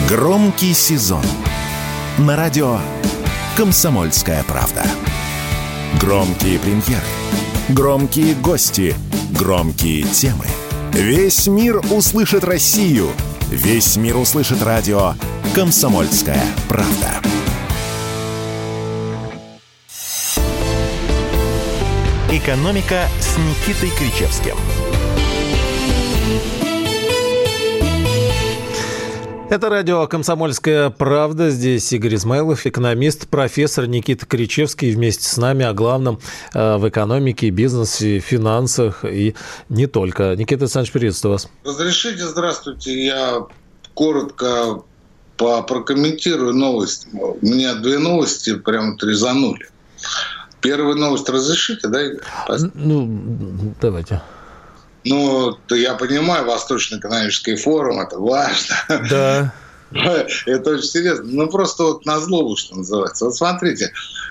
Громкий сезон на радио «Комсомольская правда». Громкие премьеры, громкие гости, громкие темы. Весь мир услышит Россию. Весь мир услышит радио «Комсомольская правда». «Экономика» с Никитой Кричевским. Это радио «Комсомольская правда». Здесь Игорь Измайлов, экономист, профессор Никита Кричевский. Вместе с нами о главном в экономике, бизнесе, финансах и не только. Никита Александрович, приветствую вас. Разрешите, здравствуйте. Я коротко прокомментирую новость. У меня две новости прямо резанули. Первую новость разрешите, да, Игорь? Давайте. Я понимаю, Восточно-экономический форум, это важно. Да. Это очень серьезно. Просто вот на злобу, что называется. Вот смотрите,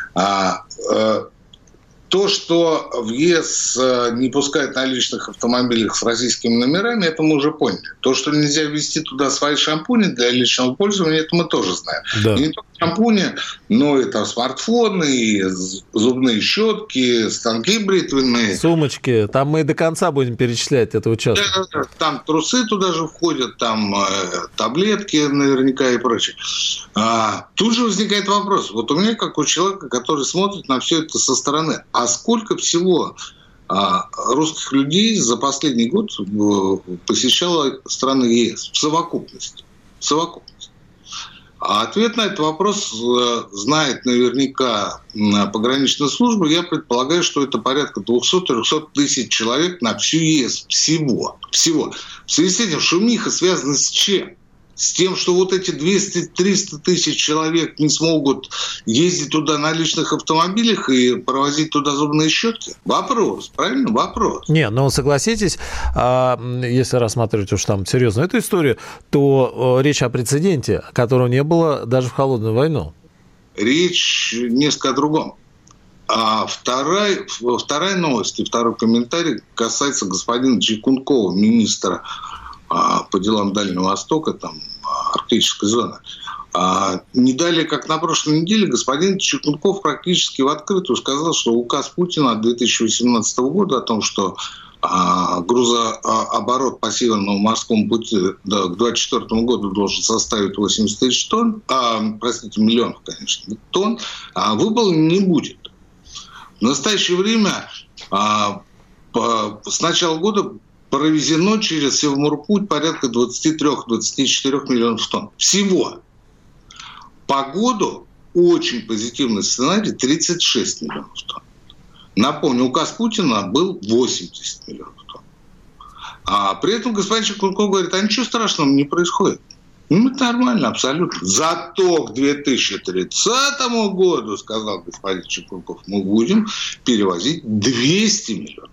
то, что в ЕС не пускают на личных автомобилях с российскими номерами, это мы уже поняли. То, что нельзя ввести туда свои шампуни для личного пользования, это мы тоже знаем. Да. И не только шампуни, но и там смартфоны, и зубные щетки, станки бритвенные. Сумочки. Там мы до конца будем перечислять это участок. Да, там трусы туда же входят, там таблетки наверняка и прочее. Тут же возникает вопрос. Вот у меня, как у человека, который смотрит на все это со стороны, а сколько всего русских людей за последний год посещало страны ЕС в совокупности? А ответ на этот вопрос знает наверняка пограничная служба. Я предполагаю, что это порядка 200-300 тысяч человек на всю ЕС. Всего. В связи с этим шумиха связана с чем? С тем, что вот эти 200-300 тысяч человек не смогут ездить туда на личных автомобилях и провозить туда зубные щетки? Вопрос, правильно? Вопрос. Не, согласитесь, если рассматривать уж там серьезно эту историю, то речь о прецеденте, которого не было даже в холодную войну. Речь несколько о другом. Вторая новость и второй комментарий касается господина Чекункова, министра по делам Дальнего Востока, там, арктической зоны. Не далее, как на прошлой неделе, господин Чекунков практически в открытую сказал, что указ Путина от 2018 года о том, что грузооборот по Северному морскому пути к 2024 году должен составить 80 тысяч тонн, миллионов, конечно, тонн, выполнен не будет. В настоящее время с начала года провезено через Севморпуть порядка 23-24 миллионов тонн. Всего. По году очень позитивный сценарий 36 миллионов тонн. Напомню, указ Путина был 80 миллионов тонн. А при этом господин Чекунков говорит, ничего страшного не происходит. Это нормально, абсолютно. Зато к 2030 году, сказал господин Чекунков, мы будем перевозить 200 миллионов.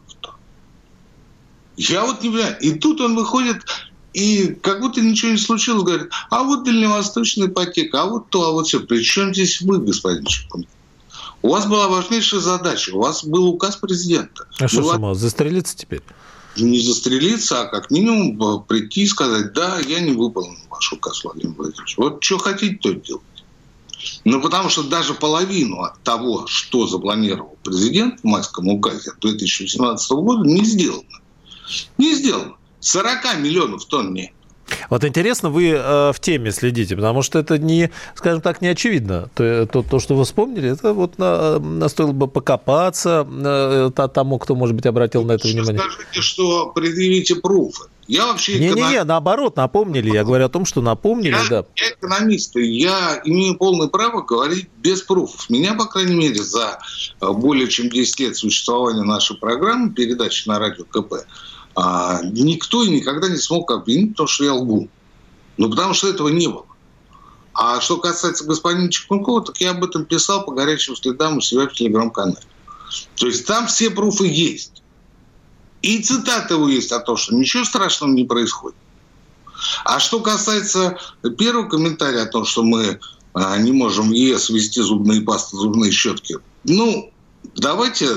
Я вот не понимаю. И тут он выходит, и как будто ничего не случилось, говорит, вот дальневосточная ипотека, вот то, вот все. При чем здесь вы, господин Чекунков? У вас была важнейшая задача, у вас был указ президента. А что самого, застрелиться теперь? Не застрелиться, а как минимум прийти и сказать, да, я не выполнил ваш указ, Владимир Владимирович. Вот что хотите, то делайте. Потому что даже половину от того, что запланировал президент в майском указе 2018 года, не сделано. Не сделано. 40 миллионов тонн нет. Вот интересно, вы в теме следите, потому что это не, скажем так, не очевидно. То, что вы вспомнили, это вот стоило бы покопаться тому, кто, может быть, обратил на это внимание. Скажите, что предъявите пруфы. Я вообще наоборот, напомнили. Я говорю о том, что напомнили, Я экономист, и я имею полное право говорить без пруфов. Меня, по крайней мере, за более чем 10 лет существования нашей программы, передачи на радио КП, никто и никогда не смог обвинить, потому что я лгу. Потому что этого не было. А что касается господина Чекункова, так я об этом писал по горячим следам у себя в телеграм-канале. То есть там все пруфы есть. И цитаты его есть о том, что ничего страшного не происходит. А что касается первого комментария о том, что мы не можем в ЕС ввести зубные пасты, зубные щетки, давайте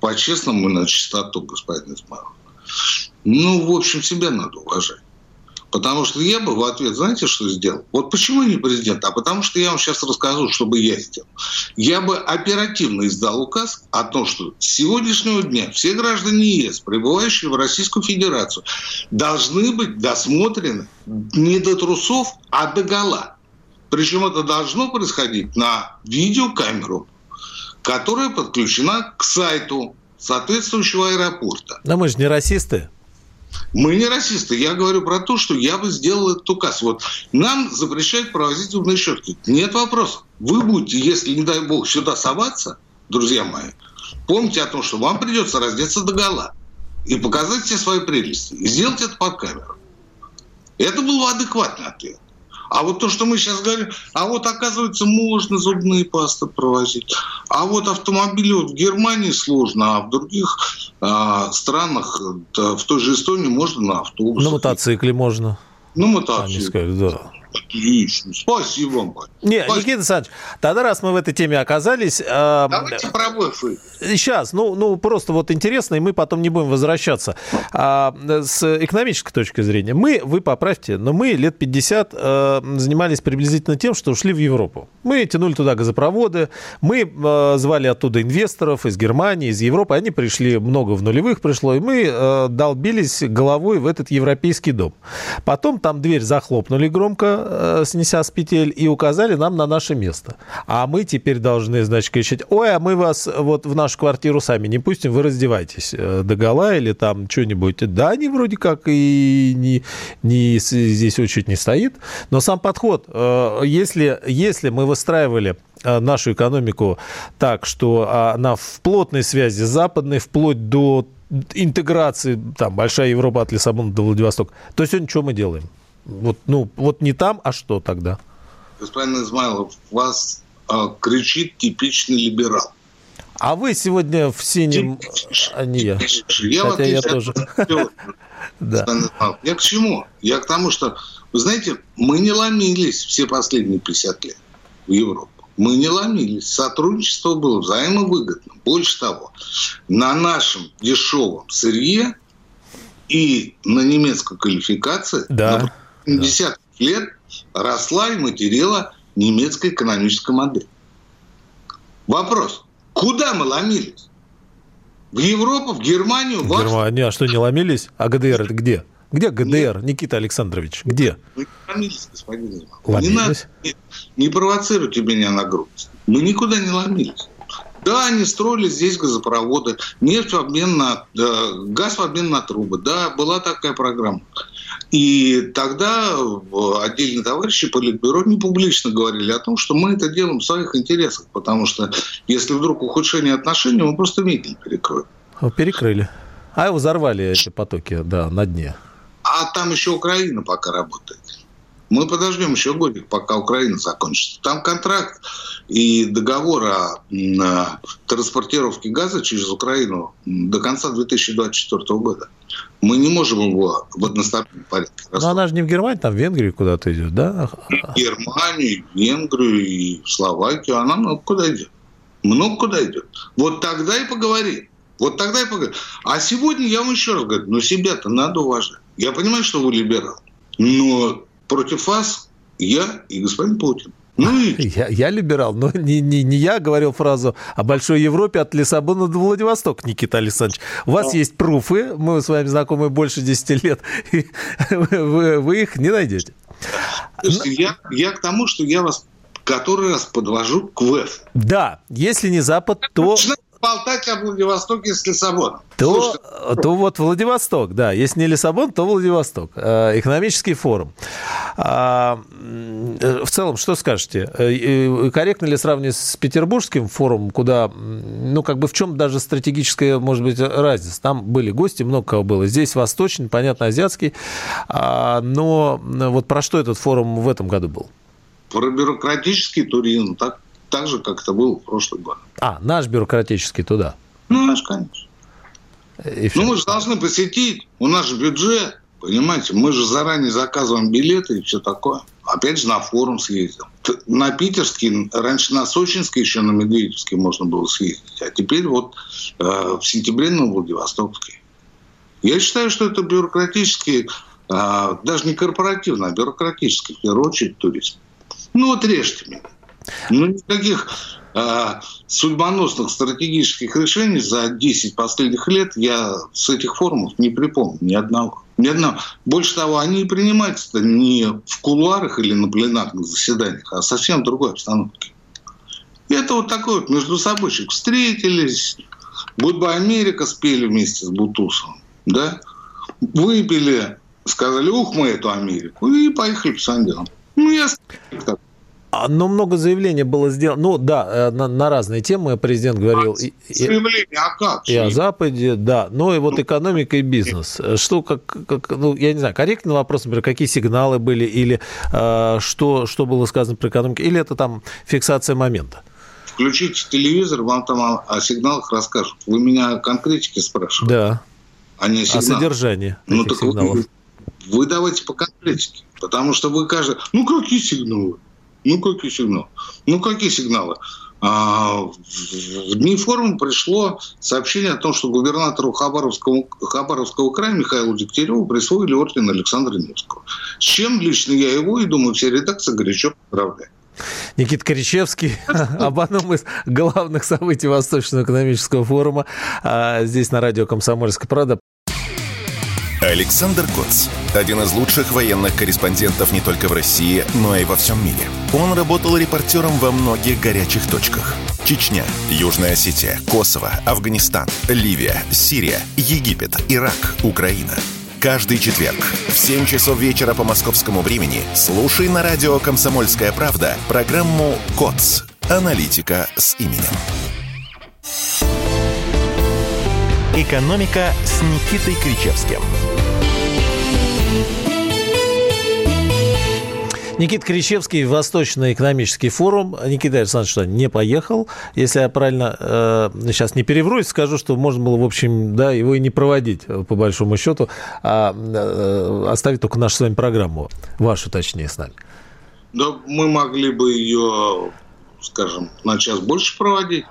по-честному на чистоту, господин Измайлов. В общем, себя надо уважать. Потому что я бы в ответ, знаете, что сделал? Вот почему не президент? А потому что я вам сейчас расскажу, что бы я сделал. Я бы оперативно издал указ о том, что с сегодняшнего дня все граждане ЕС, прибывающие в Российскую Федерацию, должны быть досмотрены не до трусов, а догола. Причем это должно происходить на видеокамеру, которая подключена к сайту соответствующего аэропорта. Но мы же не расисты. Мы не расисты. Я говорю про то, что я бы сделал этот указ. Вот нам запрещают провозить зубные щетки. Нет вопросов. Вы будете, если, не дай бог, сюда соваться, друзья мои, помните о том, что вам придется раздеться догола и показать все свои прелести. И сделать это под камеру. Это был бы адекватный ответ. А вот то, что мы сейчас говорим, а вот, оказывается, можно зубные пасты провозить. А вот автомобили вот в Германии сложно, а в других странах, в той же Эстонии, можно на автобусах. На мотоцикле можно. На мотоцикле. Они сказали, да. Отлично. Спасибо вам, Павел. Никита Александрович, тогда раз мы в этой теме оказались... Давайте про ВЭФ. Сейчас, просто вот интересно, и мы потом не будем возвращаться. С экономической точки зрения, вы поправьте, но мы лет 50 занимались приблизительно тем, что ушли в Европу. Мы тянули туда газопроводы, мы звали оттуда инвесторов из Германии, из Европы, они пришли, много в нулевых пришло, и мы долбились головой в этот европейский дом. Потом там дверь захлопнули громко, снеся с петель, и указали нам на наше место. А мы теперь должны, значит, кричать: ой, а мы вас вот в нашу квартиру сами не пустим, вы раздевайтесь догола или там что-нибудь. Да, они вроде как и не здесь очередь не стоит. Но сам подход, если мы выстраивали нашу экономику так, что она в плотной связи с западной, вплоть до интеграции, там, большая Европа от Лиссабона до Владивостока, то сегодня что мы делаем? Вот не там, а что тогда? Господин Измайлов, вас кричит типичный либерал. А вы сегодня в синем, а не я. Хотя я тоже. Я к чему? Я к тому, что, вы знаете, мы не ломились все последние 50 лет в Европу. Мы не ломились. Сотрудничество было взаимовыгодно. Больше того, на нашем дешевом сырье и на немецкой квалификации на десятков лет росла и материла немецкая экономическая модель. Вопрос: куда мы ломились? В Европу, в Германию? В Германию? А что, не ломились? А ГДР это где? Где ГДР, нет. Никита Александрович? Где? Мы не ломились, господин Измайлов. Ломились? Не провоцируйте меня на грубость. Мы никуда не ломились. Да, они строили здесь газопроводы, нефть в обмен на газ в обмен на трубы. Да, была такая программа. И тогда отдельные товарищи Политбюро не публично говорили о том, что мы это делаем в своих интересах, потому что если вдруг ухудшение отношений, мы просто медленно перекроем. Перекрыли. А взорвали эти потоки, да, на дне. А там еще Украина пока работает. Мы подождем еще годик, пока Украина закончится. Там контракт и договор о транспортировке газа через Украину до конца 2024 года. Мы не можем его в одностороннем порядке. Но она же не в Германии, там в Венгрию куда-то идет, да? И в Германию, и в Венгрию, и в Словакию. Она много куда идет. Много куда идет. Вот тогда и поговорим. А сегодня я вам еще раз говорю, себя-то надо уважать. Я понимаю, что вы либерал, но против вас я и господин Путин. Я либерал, но не я говорил фразу о большой Европе от Лиссабона до Владивостока, Никита Александрович. У вас есть пруфы, мы с вами знакомы больше 10 лет, и вы их не найдете. Я к тому, что я вас который раз подвожу к ВЭФ. Да, если не Запад, то... болтать о Владивостоке с Лиссабоном. То вот Владивосток, да. Если не Лиссабон, то Владивосток. Экономический форум. В целом, что скажете? Корректно ли сравнивать с Петербургским форумом, куда, в чем даже стратегическая, может быть, разница? Там были гости, много кого было. Здесь восточный, понятно, азиатский. Но вот про что этот форум в этом году был? Про бюрократический туризм, так же, как это было в прошлый год. Наш бюрократический туда? Наш, конечно. Мы же должны посетить, у нас же бюджет, понимаете, мы же заранее заказываем билеты и все такое. Опять же, на форум съездил. На Питерский, раньше на Сочинский, еще на Медведевский можно было съездить, а теперь вот в сентябре на Владивостокский. Я считаю, что это бюрократический даже не корпоративный, а бюрократический, в первую очередь, туризм. Ну вот режьте меня. Ну никаких судьбоносных стратегических решений за 10 последних лет я с этих форумов не припомню ни одного. Больше того, они принимаются не в кулуарах или на пленарных заседаниях, а совсем в другой обстановке. И это вот такой вот между собойчик встретились, «Goodbye, Америка» спели вместе с Бутусовым, да? Выпили, сказали, ух, мы эту Америку, и поехали по своим делам. Ну, я так. Но много заявлений было сделано. Ну, да, на разные темы президент говорил. Заявления, а как? И о Западе, да. Ну, и вот экономика и бизнес. Что, ну, я не знаю, корректный вопрос, например, какие сигналы были, или что было сказано про экономику, или это там фиксация момента? Включите телевизор, вам там о сигналах расскажут. Вы меня о конкретике спрашиваете? Да. А не о сигналах. О содержании ну, этих сигналов. Вы давайте по конкретике. Потому что вы каждый... Ну, какие сигналы? Ну, какие сигналы? В дни форума пришло сообщение о том, что губернатору Хабаровского края Михаилу Дегтяреву присвоили орден Александра Невского. С чем лично я его и, думаю, вся редакция горячо поздравляет. Никита Кричевский об одном из главных событий Восточного экономического форума здесь на радио «Комсомольская правда». Александр Коц. Один из лучших военных корреспондентов не только в России, но и во всем мире. Он работал репортером во многих горячих точках. Чечня, Южная Осетия, Косово, Афганистан, Ливия, Сирия, Египет, Ирак, Украина. Каждый четверг в 7 часов вечера по московскому времени слушай на радио «Комсомольская правда» программу «КОЦ. Аналитика с именем». «Экономика» с Никитой Кричевским. Никита Кричевский, Восточный экономический форум. Никита Александрович не поехал. Если я правильно сейчас не переврусь, скажу, что можно было, в общем, да, его и не проводить, по большому счету, а оставить только нашу с вами программу. Вашу, точнее, с нами. Да, мы могли бы ее, скажем, на час больше проводить.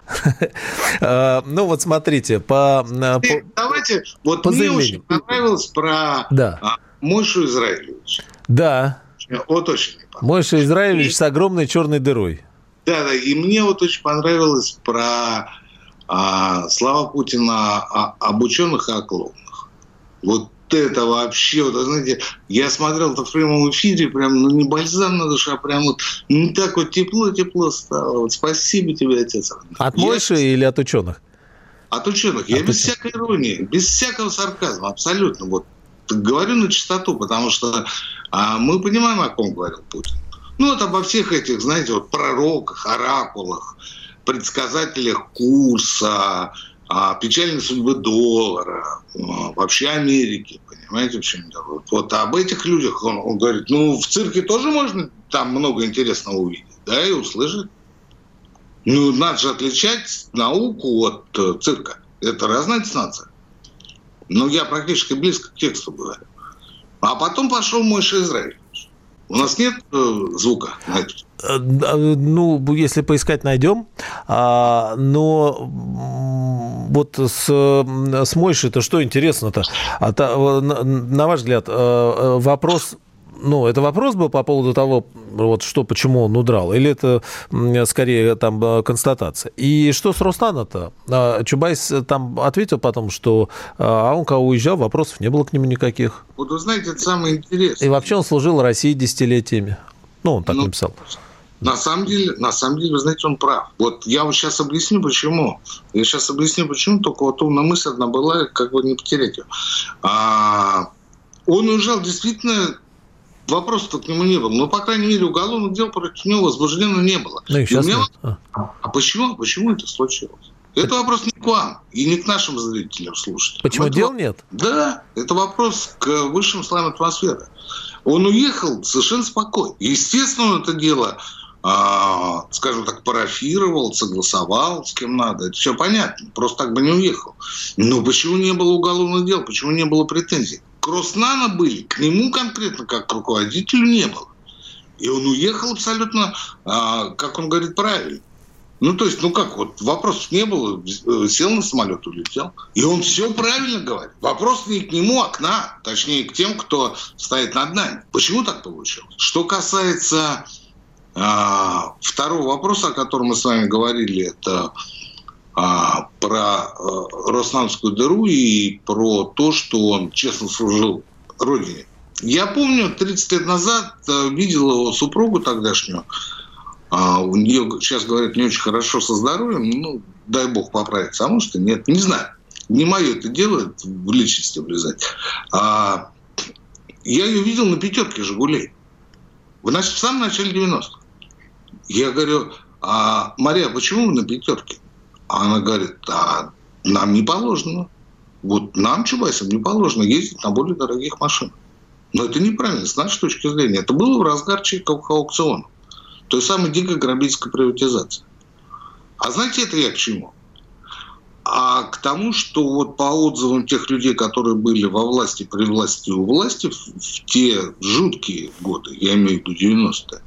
Ну, вот смотрите, давайте, вот мне очень понравилось про Мойшу Израилевича. Да. Вот очень. Мойша Израилевич с огромной черной дырой. Да, и мне вот очень понравилось про слова Путина об ученых и о клоунах. Вот это вообще, вот, знаете, я смотрел это в прямом эфире, прям, ну, не бальзам на душе, а прям вот, ну, так вот тепло стало. Вот спасибо тебе, отец. От Мойши или от ученых? От ученых. Я без всякой иронии, без всякого сарказма, абсолютно. Вот говорю на чистоту, потому что мы понимаем, о ком говорил Путин. Ну, вот обо всех этих, знаете, вот пророках, оракулах, предсказателях курса, печальной судьбы доллара, вообще Америки, понимаете, в чем дело? Вот об этих людях он говорит, ну, в цирке тоже можно там много интересного увидеть, да, и услышать. Ну, надо же отличать науку от цирка. Это разная дистанция. Ну, я практически близко к тексту говорю. А потом пошел Мойша Израилевич. У нас нет звука на это? Ну, если поискать, найдем. Но вот с Мойшей-то что интересно-то? На ваш взгляд, вопрос... Ну, это вопрос был по поводу того, вот что, почему он удрал, или это скорее там констатация? И что с Роснано-то? Чубайс там ответил потом, что он, когда уезжал, вопросов не было к нему никаких. Вот вы знаете, это самое интересное. И вообще он служил России десятилетиями. Ну, он так написал. На самом деле, вы знаете, он прав. Вот я вам сейчас объясню, почему. Только вот умная мысль одна была, как бы не потерять ее. Он уезжал действительно... Вопросов к нему не было. Но, по крайней мере, уголовных дел против него возбуждено не было. Ну, почему это случилось? Это вопрос не к вам и не к нашим зрителям, слушателям. Почему дел нет? Да, это вопрос к высшим слоям атмосферы. Он уехал совершенно спокойно. Естественно, он это дело, скажем так, парафировал, согласовал с кем надо. Это все понятно. Просто так бы не уехал. Но почему не было уголовных дел? Почему не было претензий? К Роснано были, к нему конкретно, как к руководителю, не было. И он уехал абсолютно, как он говорит, правильно. То есть, как, вопросов не было, сел на самолет, улетел. И он все правильно говорит. Вопрос не к нему, а к нам, точнее, к тем, кто стоит над нами. Почему так получилось? Что касается второго вопроса, о котором мы с вами говорили, это про Роснановскую дыру и про то, что он честно служил Родине. Я помню, 30 лет назад видел его супругу тогдашнюю. У нее, сейчас говорят, не очень хорошо со здоровьем. Дай бог поправиться. А может и нет. Не знаю. Не мое это дело в личности влезать. Я ее видел на пятерке «Жигулей». В самом начале 90-х. Я говорю: Мария, почему вы на пятерке? Она говорит: нам не положено. Нам, чубайсам, не положено ездить на более дорогих машинах. Но это неправильно, с нашей точки зрения. Это было в разгар чайковых аукционов. Той самой дикой грабительской приватизации. А знаете, это я к чему? А к тому, что по отзывам тех людей, которые были во власти, при власти и у власти в те жуткие годы, я имею в виду 90-е,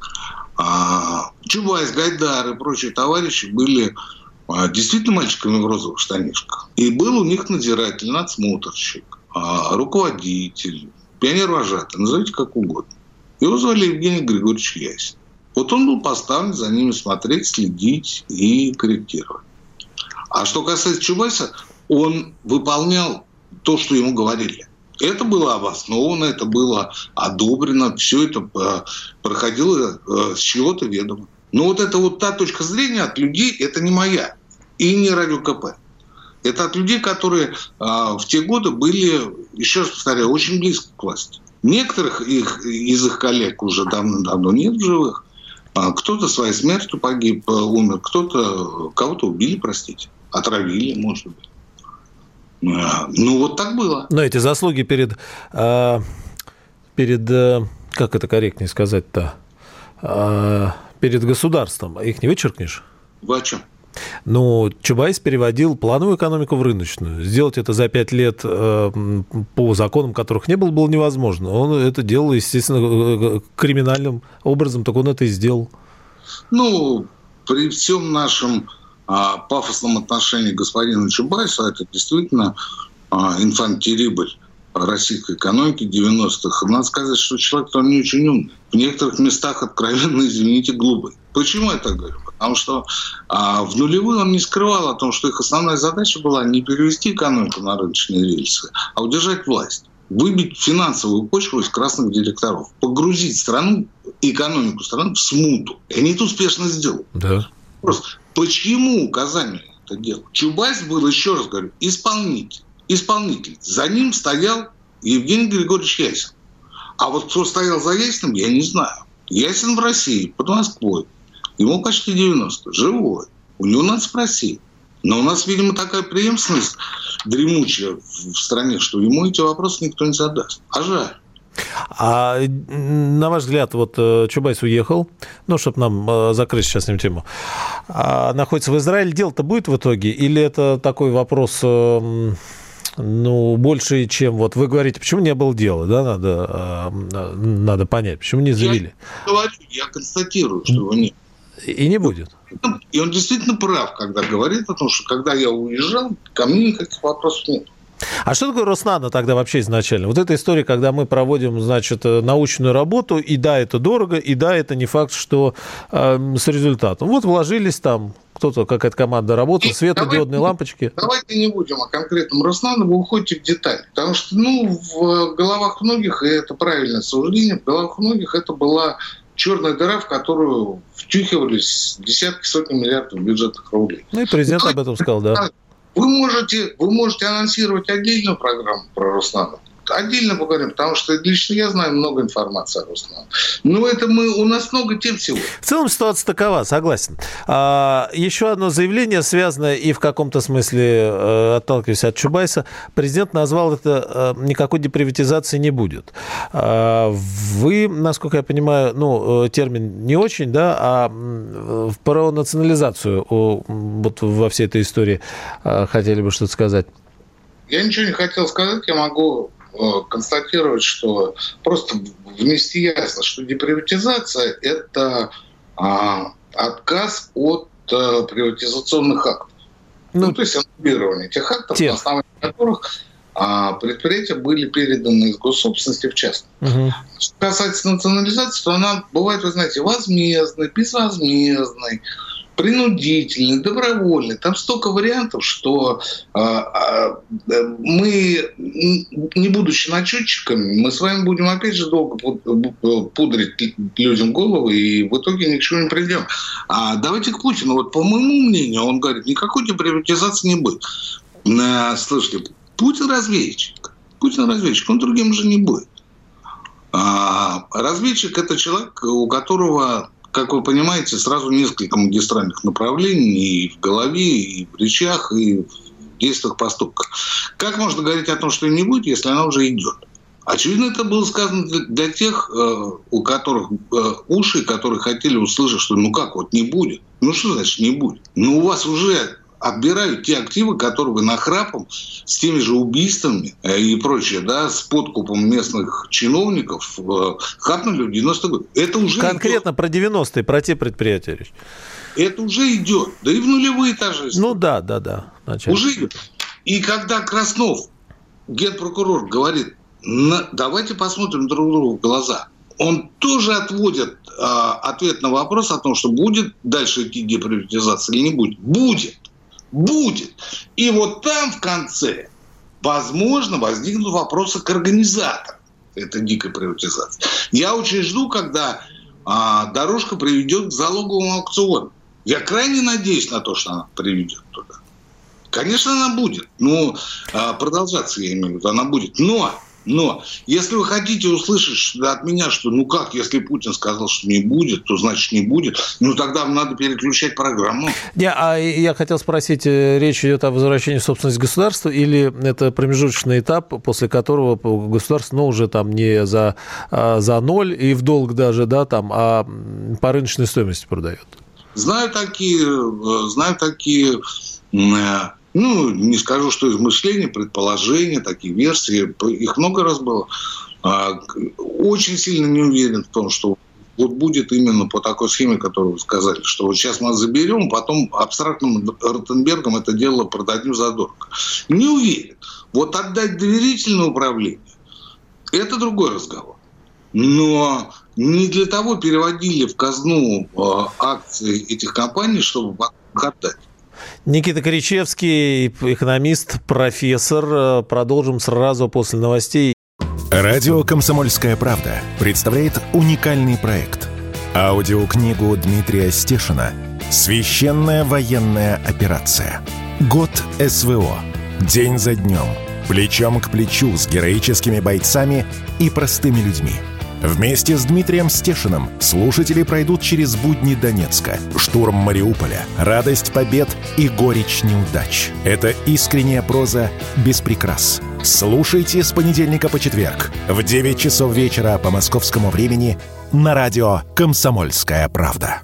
Чубайс, Гайдар и прочие товарищи были действительно мальчиками в розовых штанишках. И был у них надзиратель, надсмотрщик, руководитель, пионер-вожатый, назовите как угодно. Его звали Евгений Григорьевич Ясин. Он был поставлен за ними смотреть, следить и корректировать. А что касается Чубайса, он выполнял то, что ему говорили. Это было обосновано, это было одобрено, все это проходило с чего-то ведомо. Но это та точка зрения от людей, это не моя и не Радио КП. Это от людей, которые в те годы были, еще раз повторяю, очень близко к власти. Некоторых из их коллег уже давно нет в живых. Кто-то своей смертью погиб, умер, кого-то убили, простите, отравили, может быть. Так было. Но эти заслуги перед как это корректнее сказать-то, перед государством, их не вычеркнешь? Вы о чем? Чубайс переводил плановую экономику в рыночную. Сделать это за 5 лет по законам, которых не было невозможно. Он это делал, естественно, криминальным образом, так он это и сделал. При всем нашем пафосном отношении к господину Чубайсу, это действительно инфант-террибль российской экономики 90-х. Надо сказать, что человек-то не очень умный. В некоторых местах откровенно, извините, глупый. Почему я так говорю? Потому что в нулевые он не скрывал о том, что их основная задача была не перевести экономику на рыночные рельсы, а удержать власть. Выбить финансовую почву из красных директоров. Погрузить страну, экономику страны в смуту. И они это успешно сделали. Да. Просто почему указание это делал? Чубайс был, еще раз говорю, исполнитель. За ним стоял Евгений Григорьевич Ясин. А кто стоял за Ясиным, я не знаю. Ясин в России, под Москвой. Ему почти 90, живой. У него надо спросить. Но у нас, видимо, такая преемственность дремучая в стране, что ему эти вопросы никто не задаст. А жаль. А на ваш взгляд, Чубайс уехал, чтобы нам закрыть сейчас с ним тему, находится в Израиле, дело-то будет в итоге? Или это такой вопрос, больше, чем вы говорите, почему не было дела, да, надо понять, почему не заявили? Я констатирую, что его нет. И не будет. И он действительно прав, когда говорит о том, что когда я уезжал, ко мне никаких вопросов нет. А что такое Роснано тогда вообще изначально? Эта история, когда мы проводим, научную работу, и да, это дорого, и да, это не факт, что с результатом. Вложились там, какая-то команда работала, светодиодные лампочки. Давайте не будем о конкретном Роснано, вы уходите в детали. Потому что, в головах многих, и это правильное суждение, в головах многих это была черная дыра, в которую втюхивались десятки, сотни миллиардов бюджетных рублей. И президент об этом сказал, да. Вы можете анонсировать отдельную программу про Роснано. Отдельно поговорим, потому что лично я знаю много информации о Роснано. У нас много тем всего. В целом ситуация такова, согласен. Еще одно заявление, связанное и в каком-то смысле, отталкиваясь от Чубайса, президент назвал это «никакой деприватизации не будет». Вы, насколько я понимаю, термин не очень, да, а про национализацию во всей этой истории хотели бы что-то сказать. Я ничего не хотел сказать, я могу констатировать, что просто внести ясно, что деприватизация – это отказ от приватизационных актов. То есть аннулирование этих актов, на основании которых предприятия были переданы из госсобственности в частную. Что касается национализации, то она бывает, вы знаете, возмездной, безвозмездной, принудительный, добровольный. Там столько вариантов, что мы, не будучи начетчиками, мы с вами будем опять же долго пудрить людям головы, и в итоге ни к чему не придем. Давайте к Путину. Вот по моему мнению, он говорит, никакой деприватизации не будет. Слушайте, Путин разведчик, он другим же не будет. Разведчик – это человек, у которого, как вы понимаете, сразу несколько магистральных направлений и в голове, и в речах, и в действиях, поступках. Как можно говорить о том, что не будет, если она уже идет? Очевидно, это было сказано для тех, у которых уши, которые хотели услышать, что не будет. Что значит не будет? У вас уже отбирают те активы, которые вы нахрапом с теми же убийствами и прочее, с подкупом местных чиновников хапнули в 90-е годы. Это уже конкретно идет. Про 90-е, про те предприятия речь. Это уже идет. Да и в нулевые тоже. Да. Уже идет. И когда Краснов, генпрокурор, говорит, давайте посмотрим друг другу в глаза, он тоже отводит ответ на вопрос о том, что будет дальше идти деприватизация или не будет. Будет. И вот там в конце, возможно, возникнут вопросы к организаторам этой дикой приватизации. Я очень жду, когда дорожка приведет к залоговому аукциону. Я крайне надеюсь на то, что она приведет туда. Конечно, она будет. Продолжаться, я имею в виду, она будет. Но если вы хотите услышать от меня, что если Путин сказал, что не будет, то значит не будет, тогда надо переключать программу. Я хотел спросить, речь идет о возвращении в собственность государства или это промежуточный этап, после которого государство, уже там не за ноль и в долг даже, а по рыночной стоимости продает? Знаю такие, не скажу, что измышления, предположения, такие версии, их много раз было. Очень сильно не уверен в том, что будет именно по такой схеме, которую вы сказали, что сейчас мы заберем, потом абстрактным Ротенбергом это дело продадим задорого. Не уверен. Отдать доверительное управление – это другой разговор. Но не для того переводили в казну акции этих компаний, чтобы их отдать. Никита Кричевский, экономист, профессор. Продолжим сразу после новостей. Радио «Комсомольская правда» представляет уникальный проект. Аудиокнигу Дмитрия Стешина «Священная военная операция. Год СВО. День за днем. Плечом к плечу с героическими бойцами и простыми людьми». Вместе с Дмитрием Стешиным слушатели пройдут через будни Донецка, штурм Мариуполя, радость побед и горечь неудач. Это искренняя проза без прикрас. Слушайте с понедельника по четверг в 9 часов вечера по московскому времени на радио «Комсомольская правда».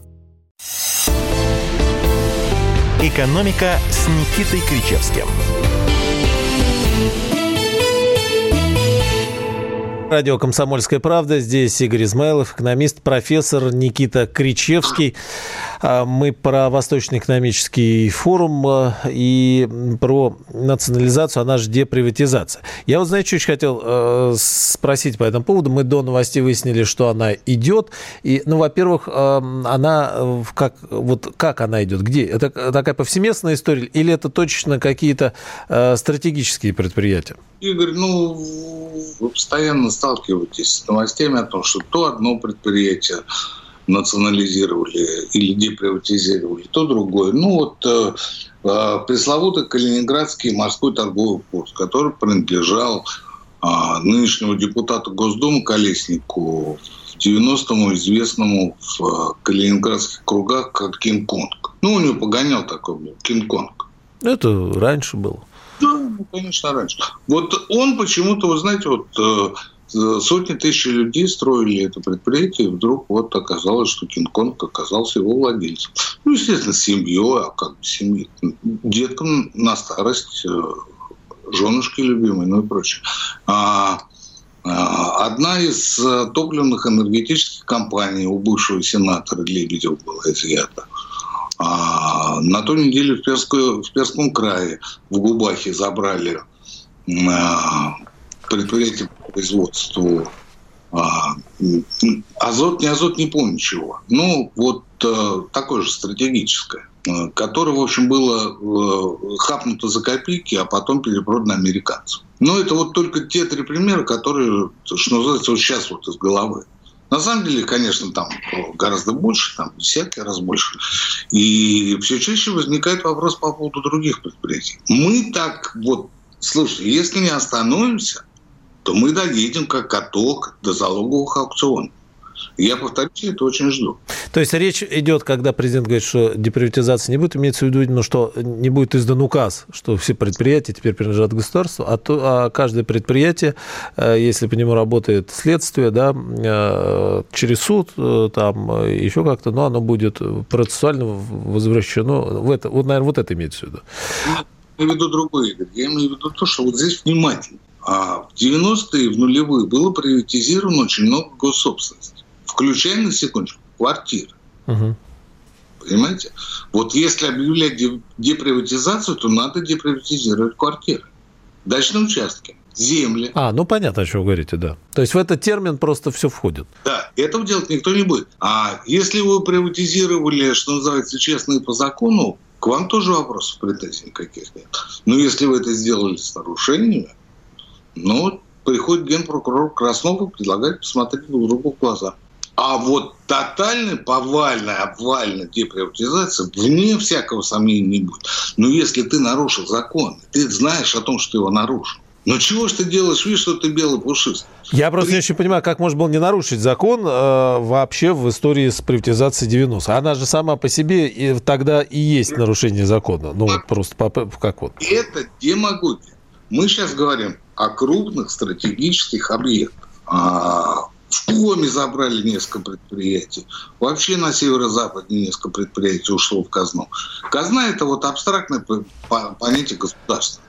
«Экономика» с Никитой Кричевским. Радио «Комсомольская правда». Здесь Игорь Измайлов, экономист, профессор Никита Кричевский. Мы про Восточный экономический форум и про национализацию, она же деприватизация. Я знаете, что хотел спросить по этому поводу. Мы до новостей выяснили, что она идет. И, во-первых, она как она идет? Где? Это такая повсеместная история или это точно какие-то стратегические предприятия? Игорь, вы постоянно сталкиваетесь с новостями о том, что то одно предприятие национализировали или деприватизировали, то другое. Пресловутый Калининградский морской торговый порт, который принадлежал нынешнему депутату Госдумы Колеснику, в 90-му известному в калининградских кругах как Кинг-Конг. У него погонял такой был, Кинг-Конг. Это раньше было. Да, конечно, раньше. Он почему-то, вы знаете, сотни тысяч людей строили это предприятие, и вдруг оказалось, что Кинг-Конг оказался его владельцем. Естественно, с семьей, семьей, деткам на старость, женушки любимые, и прочее. Одна из топливных энергетических компаний у бывшего сенатора Лебедева была изъята. На той неделе в Перском крае, в Губахе, забрали предприятие по производству азот, не помню чего. Ну, вот такое же стратегическое, которое, в общем, было хапнуто за копейки, а потом перепродано американцам. Но это вот только те 3 примера, которые, что называется, вот сейчас вот из головы. На самом деле, конечно, там гораздо больше, там десятки раз больше. И все чаще возникает вопрос по поводу других предприятий. Мы так вот, слушайте, если не остановимся, то мы доедем как каток до залоговых аукционов. Я, повторюсь, это очень жду. То есть речь идет, когда президент говорит, что деприватизации не будет, имеется в виду, ну, что не будет издан указ, что все предприятия теперь принадлежат государству, а каждое предприятие, если по нему работает следствие, да, через суд, там еще как-то, но оно будет процессуально возвращено. Вот, наверное, вот это имеется в виду. Я имею в виду другое, Игорь. Я имею в виду то, что вот здесь внимательно. В 90-е, в нулевые было приватизировано очень много госсобственности, включая, на секундочку, квартиры. Угу. Понимаете? Вот если объявлять деприватизацию, то надо деприватизировать квартиры, дачные участки, земли. Ну понятно, о чем вы говорите, да. То есть в этот термин просто все входит. Да, этого делать никто не будет. А если вы приватизировали, что называется, честно и по закону, к вам тоже вопросов, претензий никаких нет. Но если вы это сделали с нарушениями, приходит генпрокурор Краснов и предлагает посмотреть друг другу в глаза. А вот тотальная, повальная, обвальная деприватизация, вне всякого сомнения, не будет. Но если ты нарушил закон, ты знаешь о том, что ты его нарушил, чего ж ты делаешь вид, что ты белый пушистый? Я просто не очень понимаю, как можно было не нарушить закон вообще в истории с приватизацией 90-х. Она же сама по себе тогда и есть нарушение закона. Просто как вот. Это демагогия. Мы сейчас говорим о крупных стратегических объектах. В Коми забрали несколько предприятий. Вообще на северо-западе несколько предприятий ушло в казну. Казна – это вот абстрактное понятие государства.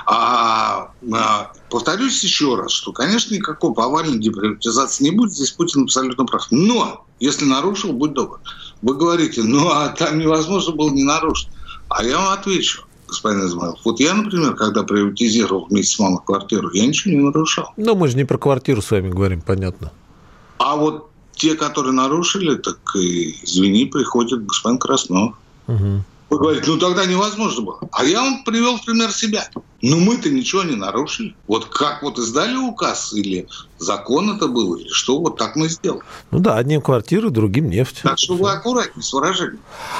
Повторюсь еще раз, что, конечно, никакой повальной деприватизации не будет. Здесь Путин абсолютно прав. Но, если нарушил, будь добр. Вы говорите, там невозможно было не нарушить. А я вам отвечу. Господин Измайлов. Вот я, например, когда приватизировал вместе с мамой квартиру, я ничего не нарушал. Мы же не про квартиру с вами говорим, понятно. А вот те, которые нарушили, так, извини, приходит господин Краснов. Угу. Вы говорите, тогда невозможно было. А я вам привел в пример себя. Мы-то ничего не нарушили. Вот как вот издали указ, или закон это был, или что, вот так мы сделали. Одним квартиры, другим нефть. Так что вы аккуратнее с выражением.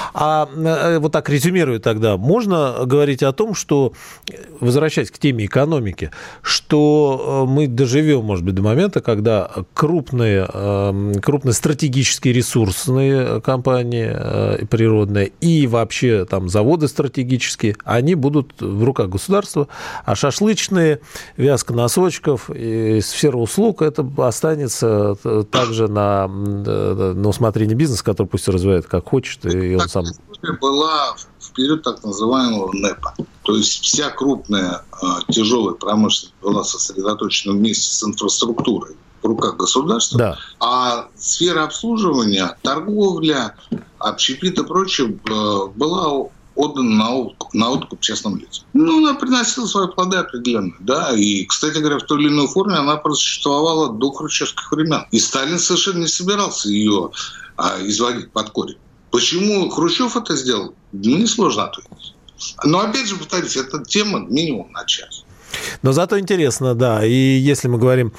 Вот так резюмируя тогда, можно говорить о том, что, возвращаясь к теме экономики, что мы доживем, может быть, до момента, когда крупные стратегические ресурсные компании природные и вообще там заводы стратегические, они будут в руках государства, а шашлычные, вязка носочков и сфера услуг, это останется также на усмотрение бизнеса, который пусть развивает как хочет. И он сам... Была в период так называемого НЭПа. То есть вся крупная тяжелая промышленность была сосредоточена вместе с инфраструктурой в руках государства, да. А сфера обслуживания, торговля, общепит и прочее была отдана на откуп частным лицам. Она приносила свои плоды определенно, да, и, кстати говоря, в той или иной форме она просуществовала до хрущевских времен. И Сталин совершенно не собирался ее изводить под корень. Почему Хрущев это сделал? Несложно ответить. Но, опять же, повторюсь, это тема минимум на час. Но зато интересно, да. И если мы говорим,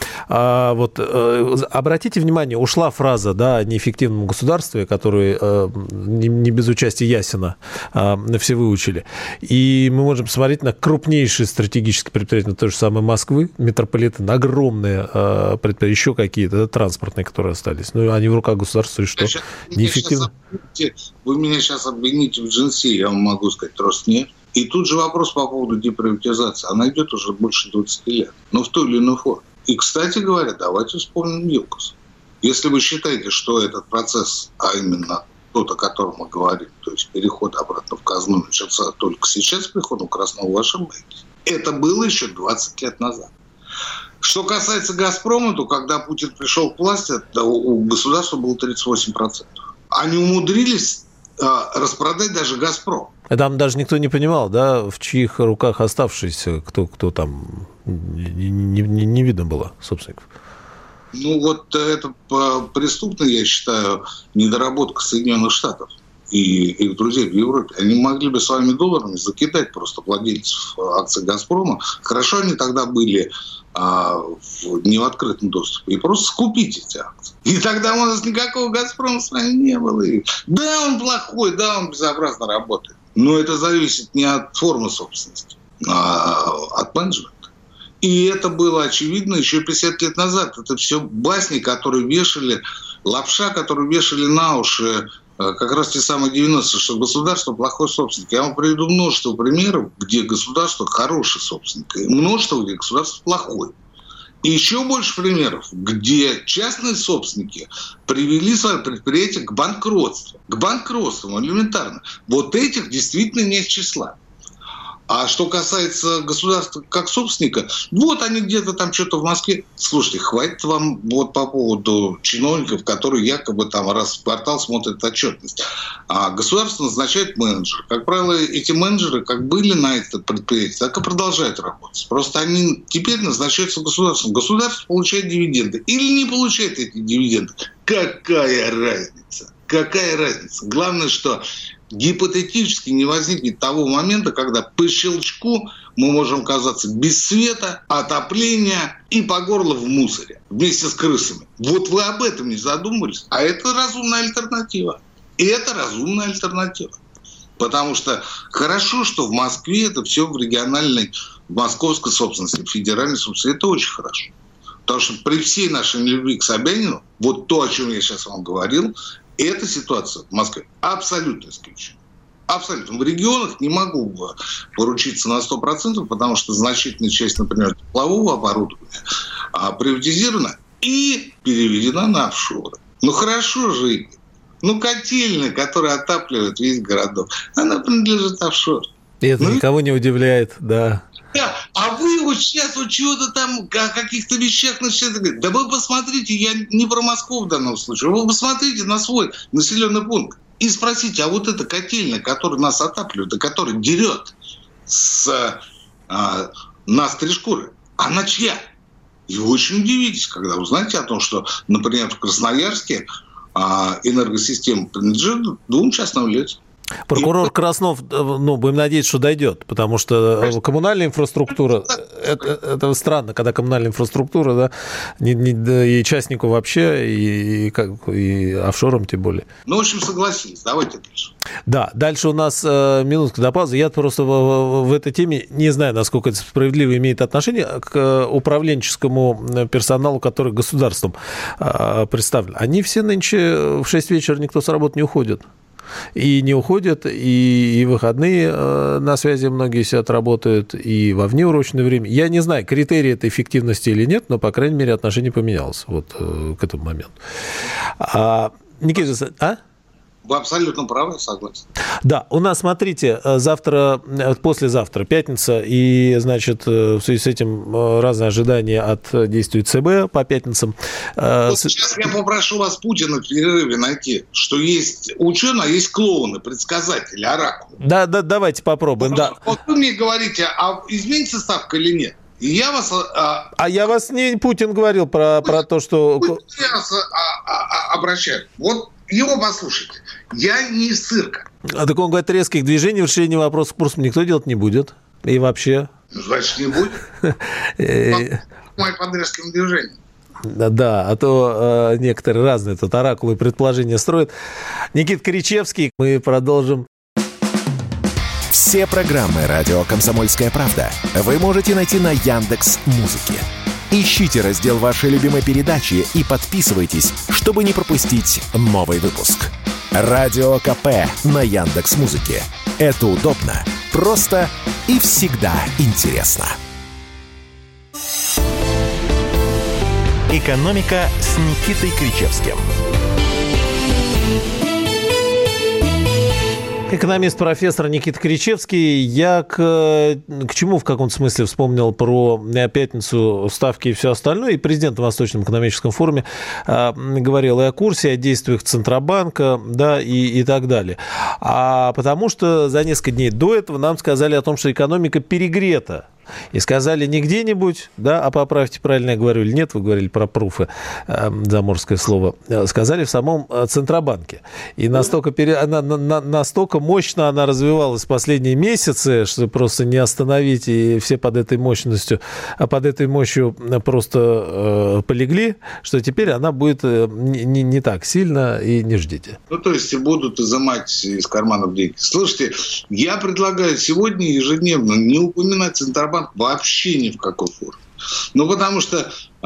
обратите внимание, ушла фраза, да, о неэффективном государстве, которую не без участия Ясина все выучили. И мы можем посмотреть на крупнейшие стратегические предприятия, той же самой Москвы, метрополитен, огромные предприятия, еще какие-то, да, транспортные, которые остались. Они в руках государства, и что? Неэффективно. Вы меня сейчас обвините в джинсе, я вам могу сказать, просто нет. И тут же вопрос по поводу деприватизации. Она идет уже больше 20 лет, но в той или иной форме. И, кстати говоря, давайте вспомним ЮКОС. Если вы считаете, что этот процесс, а именно тот, о котором мы говорим, то есть переход обратно в казну, начался только сейчас с приходом Краснова, вы ошибаетесь. Это было еще 20 лет назад. Что касается «Газпрома», то когда Путин пришел к власти, у государства было 38%. Они умудрились распродать даже «Газпром». Там даже никто не понимал, да, в чьих руках оставшиеся, кто там, не видно было собственников. Ну, вот это преступно, я считаю, недоработка Соединенных Штатов и их друзей в Европе. Они могли бы своими долларами закидать просто владельцев акций «Газпрома». Хорошо они тогда были не в открытом доступе, и просто скупить эти акции. И тогда у нас никакого «Газпрома» с вами не было. Да, он плохой, да, он безобразно работает. Но это зависит не от формы собственности, а от менеджмента. И это было очевидно еще 50 лет назад. Это все басни, которые вешали, лапша, которую вешали на уши как раз те самые 90-е, что государство плохой собственник. Я вам приведу множество примеров, где государство хороший собственник, и множество, где государство плохое. И еще больше примеров, где частные собственники привели свои предприятия к банкротству. К банкротству, элементарно. Вот этих действительно нет числа. А что касается государства как собственника, вот они где-то там что-то в Москве. Слушайте, хватит вам вот по поводу чиновников, которые якобы там раз в квартал смотрят отчетность. А государство назначает менеджера. Как правило, эти менеджеры как были на это предприятие, так и продолжают работать. Просто они теперь назначаются государством. Государство получает дивиденды или не получает эти дивиденды. Какая разница? Какая разница? Главное, что гипотетически не возникнет того момента, когда по щелчку мы можем оказаться без света, отопления и по горло в мусоре вместе с крысами. Вот вы об этом не задумывались, а это разумная альтернатива. И это разумная альтернатива. Потому что хорошо, что в Москве это все в региональной, в московской собственности, в федеральной собственности. Это очень хорошо. Потому что при всей нашей любви к Собянину, вот то, о чем я сейчас вам говорил, эта ситуация в Москве абсолютно исключена. Абсолютно. В регионах не могу поручиться на 100%, потому что значительная часть, например, теплового оборудования приватизирована и переведена на офшоры. Ну хорошо же, котельная, которая отапливает весь городок, она принадлежит офшору. И это никого не удивляет, да. Да, а вы вот сейчас вот чего-то там о каких-то вещах начинаете говорить. Да вы посмотрите, я не про Москву в данном случае, вы посмотрите на свой населенный пункт и спросите, а вот эта котельная, которая нас отапливает, и которая дерет с нас три шкуры, она чья? И вы очень удивитесь, когда узнаете о том, что, например, в Красноярске энергосистема принадлежит двум частным лицам. Прокурор Краснов, будем надеяться, что дойдет, потому что коммунальная инфраструктура, это странно, когда коммунальная инфраструктура, да, и частнику вообще, и офшорам тем более. В общем, согласились, давайте дальше. Да, дальше у нас минутка до паузы. Я просто в этой теме не знаю, насколько это справедливо имеет отношение к управленческому персоналу, который государством представлен. Они все нынче в 6 вечера никто с работы не уходит. И не уходят, и выходные на связи многие сидят, работают, и во внеурочное время. Я не знаю, критерий это эффективности или нет, но, по крайней мере, отношение поменялось вот к этому моменту. Никита, Вы абсолютно правы, согласен. Да, у нас, смотрите, послезавтра пятница, и, значит, в связи с этим разные ожидания от действий ЦБ по пятницам. Вот сейчас я попрошу вас Путина в перерыве найти, что есть ученые, а есть клоуны, предсказатели, оракулы. Да, давайте попробуем. Да. Вот вы мне говорите, а изменится ставка или нет? И я вас... я вас не Путин говорил про то, что... Я вас обращаю. Вот его послушайте. Я не из цирка. Так он говорит, резких движений в решении вопросов курсом никто делать не будет. И вообще... Значит, не будет. Под резким движением. Да, а то некоторые разные тут оракулы предположения строят. Никита Кричевский, мы продолжим. Все программы «Радио Комсомольская правда» вы можете найти на Яндекс.Музыке. Ищите раздел вашей любимой передачи и подписывайтесь, чтобы не пропустить новый выпуск. Радио КП на Яндекс.Музыке. Это удобно, просто и всегда интересно. «Экономика» с Никитой Кричевским. Экономист, профессор Никита Кричевский. Я к чему в каком-то смысле вспомнил про пятницу, ставки и все остальное. И президент на Восточном экономическом форуме говорил и о курсе, и о действиях Центробанка, да, и так далее. Потому что за несколько дней до этого нам сказали о том, что экономика перегрета. И сказали не где-нибудь, да, а поправьте, правильно я говорю или нет, вы говорили про пруфы, заморское слово, сказали в самом Центробанке. И настолько мощно она развивалась в последние месяцы, что просто не остановить, и все под этой мощью просто полегли, что теперь она будет не так сильно, и не ждите. То есть будут изымать из карманов деньги. Слушайте, я предлагаю сегодня ежедневно не упоминать Центробанк вообще ни в какой форме. Потому что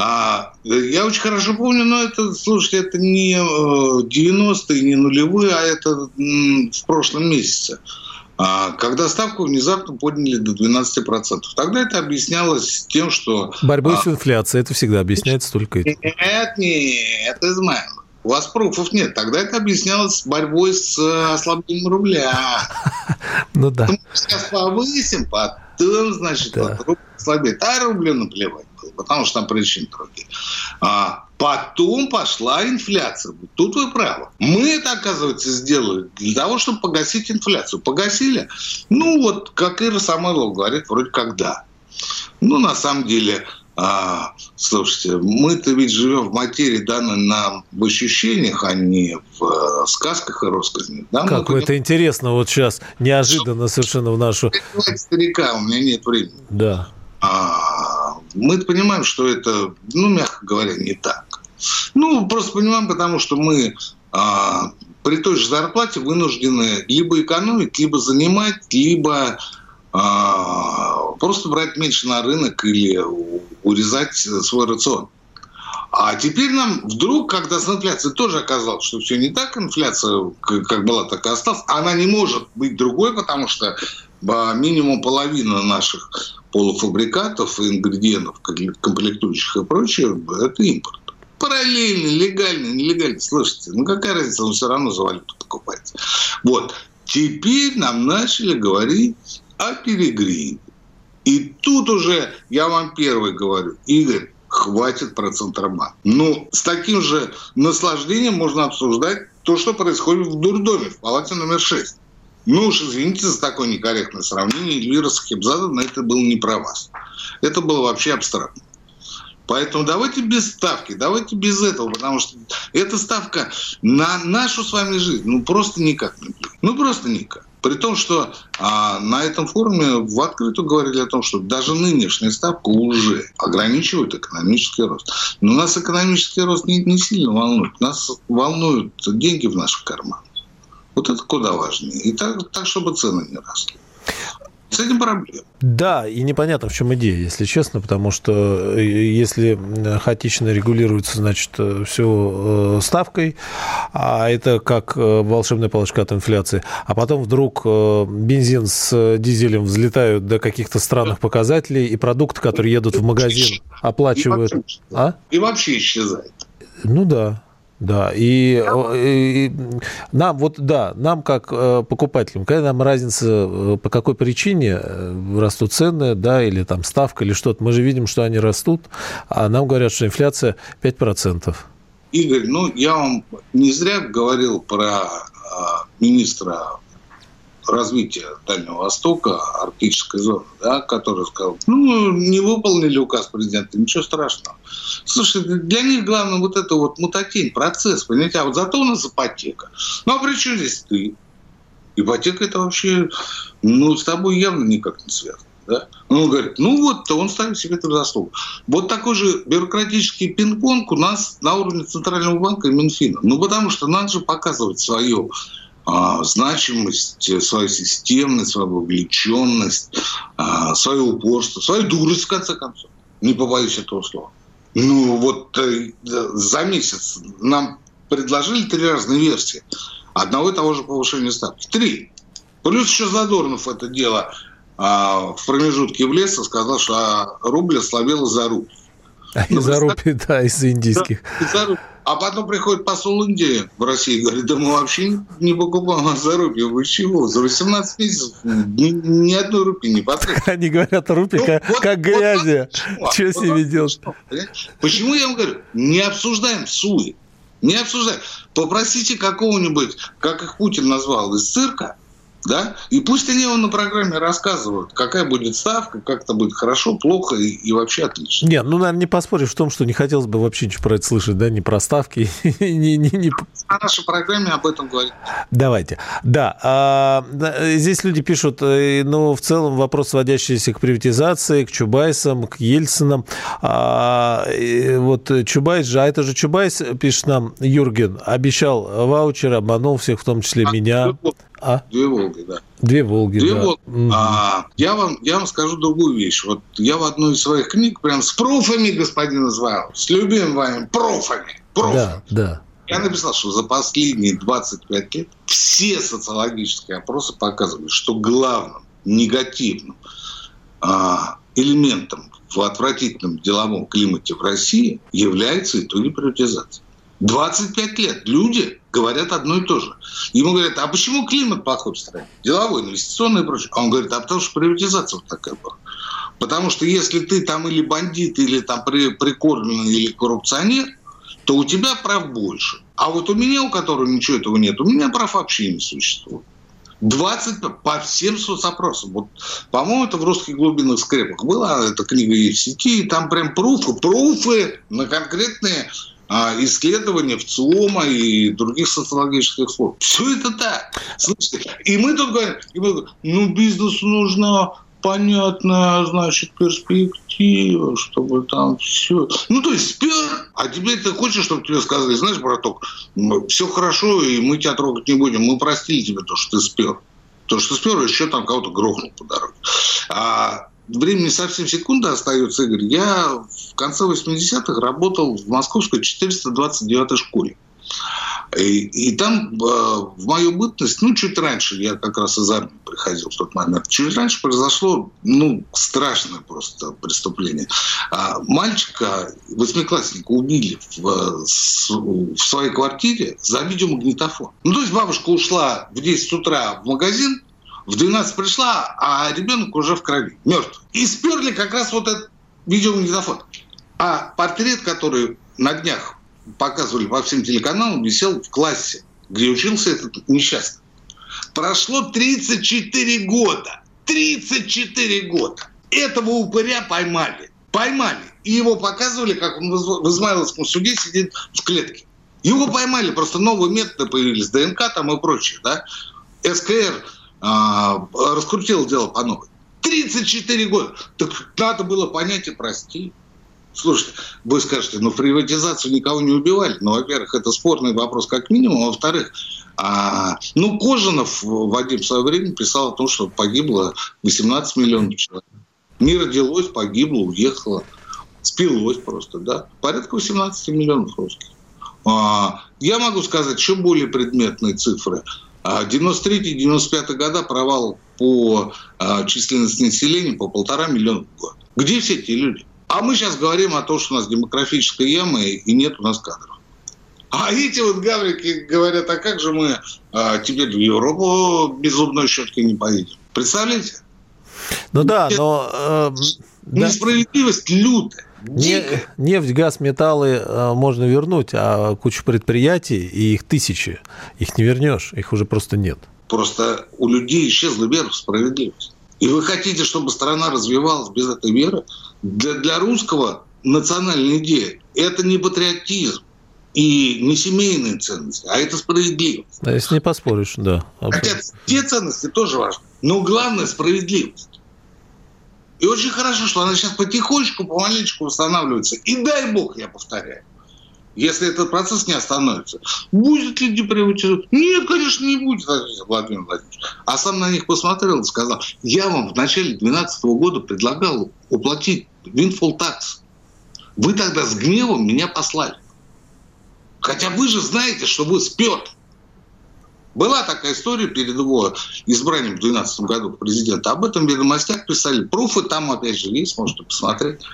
я очень хорошо помню, но это, слушайте, это не 90-е, не нулевые, а это в прошлом месяце, когда ставку внезапно подняли до 12%. Тогда это объяснялось тем, что... Борьбой с инфляцией, это всегда объясняется только этим. Нет, Измайлов. У вас пруфов нет. Тогда это объяснялось борьбой с ослаблением рубля. Ну да. Мы сейчас повысим, потом, значит, рубль слабеет. А рублю наплевать было, потому что там причины другие. Потом пошла инфляция. Тут вы правы. Мы это, оказывается, сделали для того, чтобы погасить инфляцию. Погасили? Как Ира Самойлова говорит, вроде как да. На самом деле... слушайте, мы-то ведь живем в материи, данной нам в ощущениях, а не в сказках и россказнях. Да? Как это интересно, вот сейчас неожиданно совершенно в нашу... Старика, у меня нет времени. Да. Мы понимаем, что это, мягко говоря, не так. Просто понимаем, потому что мы при той же зарплате вынуждены либо экономить, либо занимать, либо... просто брать меньше на рынок или урезать свой рацион. А теперь нам вдруг, когда с инфляцией тоже оказалось, что все не так, инфляция как была, так и осталась, она не может быть другой, потому что минимум половина наших полуфабрикатов, ингредиентов, комплектующих и прочее, это импорт. Параллельно, легально, нелегально. Слушайте, какая разница, он все равно за валюту покупается. Теперь нам начали говорить о перегреве. И тут уже я вам первый говорю, Игорь, хватит про Центробанк. С таким же наслаждением можно обсуждать то, что происходит в дурдоме, в палате номер 6. Уж извините за такое некорректное сравнение, Эльвира Сахибзадовна, это было не про вас. Это было вообще абстрактно. Поэтому давайте без ставки, давайте без этого, потому что эта ставка на нашу с вами жизнь просто никак не влияет. Просто никак. При том, что на этом форуме в открытую говорили о том, что даже нынешняя ставка уже ограничивает экономический рост. Но нас экономический рост не сильно волнует. Нас волнуют деньги в наших карманах. Вот это куда важнее. И так чтобы цены не росли. С этим проблема. Да, и непонятно, в чем идея, если честно, потому что если хаотично регулируется, значит, все ставкой, а это как волшебная палочка от инфляции, а потом вдруг бензин с дизелем взлетают до каких-то странных показателей, и продукты, которые едут в магазин, оплачивают... И вообще исчезает. Да. Да, и нам как покупателям, когда нам разница, по какой причине растут цены, да, или там ставка, или что-то, мы же видим, что они растут, а нам говорят, что инфляция 5%. Игорь, я вам не зря говорил про министра развития Дальнего Востока, Арктической зоны, да, который сказал, не выполнили указ президента, ничего страшного. Слушай, для них главное это мутатень, процесс, понимаете, а зато у нас ипотека. А при чем здесь ты? Ипотека это вообще, с тобой явно никак не связано. Да? Он говорит, он ставит себе эту заслугу. Вот такой же бюрократический пинг-понг у нас на уровне Центрального банка и Минфина. Потому что надо же показывать свою значимость, свою системность, свою вовлеченность, свое упорство, свою дурость, в конце концов. Не побоюсь этого слова. За месяц нам предложили 3 разные версии одного и того же повышения ставки. 3. Плюс еще Задорнов это дело в промежутке влез и сказал, что рубль ослабел из-за рубль. Из-за рупий, да, из-за индийских. Да, из-за рубль. А потом приходит посол Индии в Россию и говорит, да мы вообще не покупаем за рупии. Вы чего? За 18 месяцев ни одной рупии не потратили. Они говорят, рупии как грязи. Что с ними делать? Почему я вам говорю, не обсуждаем суи. Не обсуждаем. Попросите какого-нибудь, как их Путин назвал, из цирка, да, и пусть они вам на программе рассказывают, какая будет ставка, как это будет хорошо, плохо и вообще отлично. Нет, наверное, не поспоришь в том, что не хотелось бы вообще ничего про это слышать, да, ни про ставки. На нашей программе об этом говорить. Давайте. Да, здесь люди пишут, в целом вопрос, сводящийся к приватизации, к Чубайсам, к Ельцинам. Вот Чубайс же, это же Чубайс, пишет нам Юрген, обещал ваучер, обманул всех, в том числе меня. Две Волги, да. Две Волги, Две да. Волги. Я вам скажу другую вещь. Вот я в одной из своих книг прям с пруфами, господин Изваилов, с любимым вами пруфами. Да. Я написал, что за последние 25 лет все социологические опросы показывали, что главным негативным элементом в отвратительном деловом климате в России является итоги приватизации. 25 лет люди говорят одно и то же. Ему говорят, а почему климат плохой в стране? Деловой, инвестиционный и прочее. А он говорит, а потому что приватизация вот такая была. Потому что если ты там или бандит, или там прикормленный, или коррупционер, то у тебя прав больше. А вот у меня, у которого ничего этого нет, у меня прав вообще не существует. 20 по всем соцопросам. Вот, по-моему, это в «Русских глубинных скрепах» была, эта книга есть в сети, и там прям пруфы на конкретные исследования ВЦИОМа и других социологических служб. Все это так. Слушайте, и мы тут говорим, бизнесу нужна понятная, значит, перспектива, чтобы там все. То есть спер, а теперь ты хочешь, чтобы тебе сказали, знаешь, браток, все хорошо, и мы тебя трогать не будем, мы простили тебе то, что ты спер. То, что ты спер, еще там кого-то грохнул по дороге. Времени совсем секунда остается, Игорь. Я в конце 80-х работал в московской 429-й школе. И там в мою бытность, чуть раньше, я как раз из армии приходил в тот момент, чуть раньше произошло, страшное просто преступление. Мальчика, 8-классника, убили в своей квартире за видеомагнитофон. То есть бабушка ушла в 10 утра в магазин, в 12 пришла, а ребенок уже в крови, мертвый. И сперли как раз вот этот видеомагнитофон. А портрет, который на днях показывали по всем телеканалам, висел в классе, где учился этот несчастный. Прошло 34 года. 34 года. Этого упыря поймали. И его показывали, как он в Измайловском суде сидит в клетке. Его поймали, просто новые методы появились, ДНК там и прочее, да. СКР раскрутил дело по новой. 34 года. Так надо было понять и простить. Слушайте, вы скажете, приватизацию никого не убивали. Во-первых, это спорный вопрос как минимум. А во-вторых, Кожанов Вадим в свое время писал о том, что погибло 18 миллионов человек. Не родилось, погибло, уехало. Спилось просто, да. Порядка 18 миллионов русских. Я могу сказать еще более предметные цифры. 93-95 года провал по численности населения по 1,5 миллиона в год. Где все эти люди? А мы сейчас говорим о том, что у нас демографическая яма и нет у нас кадров. А эти вот гаврики говорят, а как же мы теперь в Европу без зубной щетки не поедем? Представляете? Несправедливость лютая. Нефть, газ, металлы можно вернуть, а кучу предприятий, и их тысячи, их не вернешь, их уже просто нет. Просто у людей исчезла вера в справедливость. И вы хотите, чтобы страна развивалась без этой веры? Для русского национальная идея – это не патриотизм и не семейные ценности, а это справедливость. А если не поспоришь, да. Хотя те ценности тоже важны, но главное – справедливость. И очень хорошо, что она сейчас потихонечку, помаленечку восстанавливается. И дай бог, я повторяю, если этот процесс не остановится, будет ли деприватизация? Нет, конечно, не будет, Владимир Владимирович. А сам на них посмотрел и сказал, я вам в начале 2012 года предлагал уплатить windfall tax. Вы тогда с гневом меня послали. Хотя вы же знаете, что вы спер. Была такая история перед его избранием в 2012 году президента. Об этом в «Ведомостях» писали. Пруфы там, опять же, есть, можете посмотреть.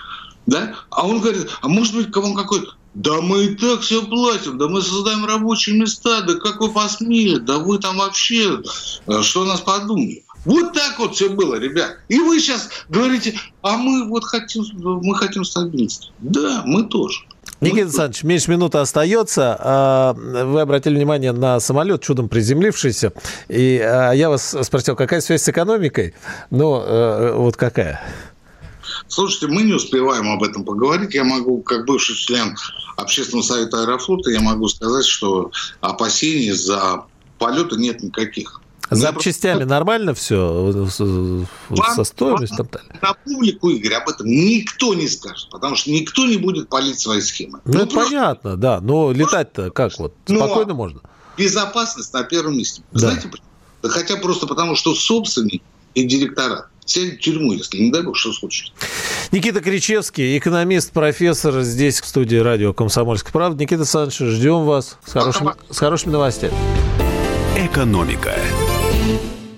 Да? А он говорит, а может быть, кому какой-то... Да мы и так все платим, да мы создаем рабочие места, да как вы посмели, да вы там вообще, что о нас подумали. Вот так вот все было, ребят. И вы сейчас говорите, а мы вот хотим стабильности. Да, мы тоже. Никита Александрович, меньше минуты остается. Вы обратили внимание на самолет, чудом приземлившийся. И я вас спросил, какая связь с экономикой? Ну, вот какая? Слушайте, мы не успеваем об этом поговорить. Я могу, как бывший член Общественного совета Аэрофлота, я могу сказать, что опасений за полеты нет никаких. За запчастями нормально все? Со стоимостью? На публику, Игорь, об этом никто не скажет, потому что никто не будет палить свои схемы. Ну, это понятно, да. Но летать-то как вот? Спокойно можно? Безопасность на первом месте. Да. Знаете, хотя просто потому, что собственник и директора сядут в тюрьму, если, не дай бог, что случится. Никита Кричевский, экономист, профессор, здесь в студии радио «Комсомольская правда». Никита Александрович, ждем вас с хорошими новостями. Экономика.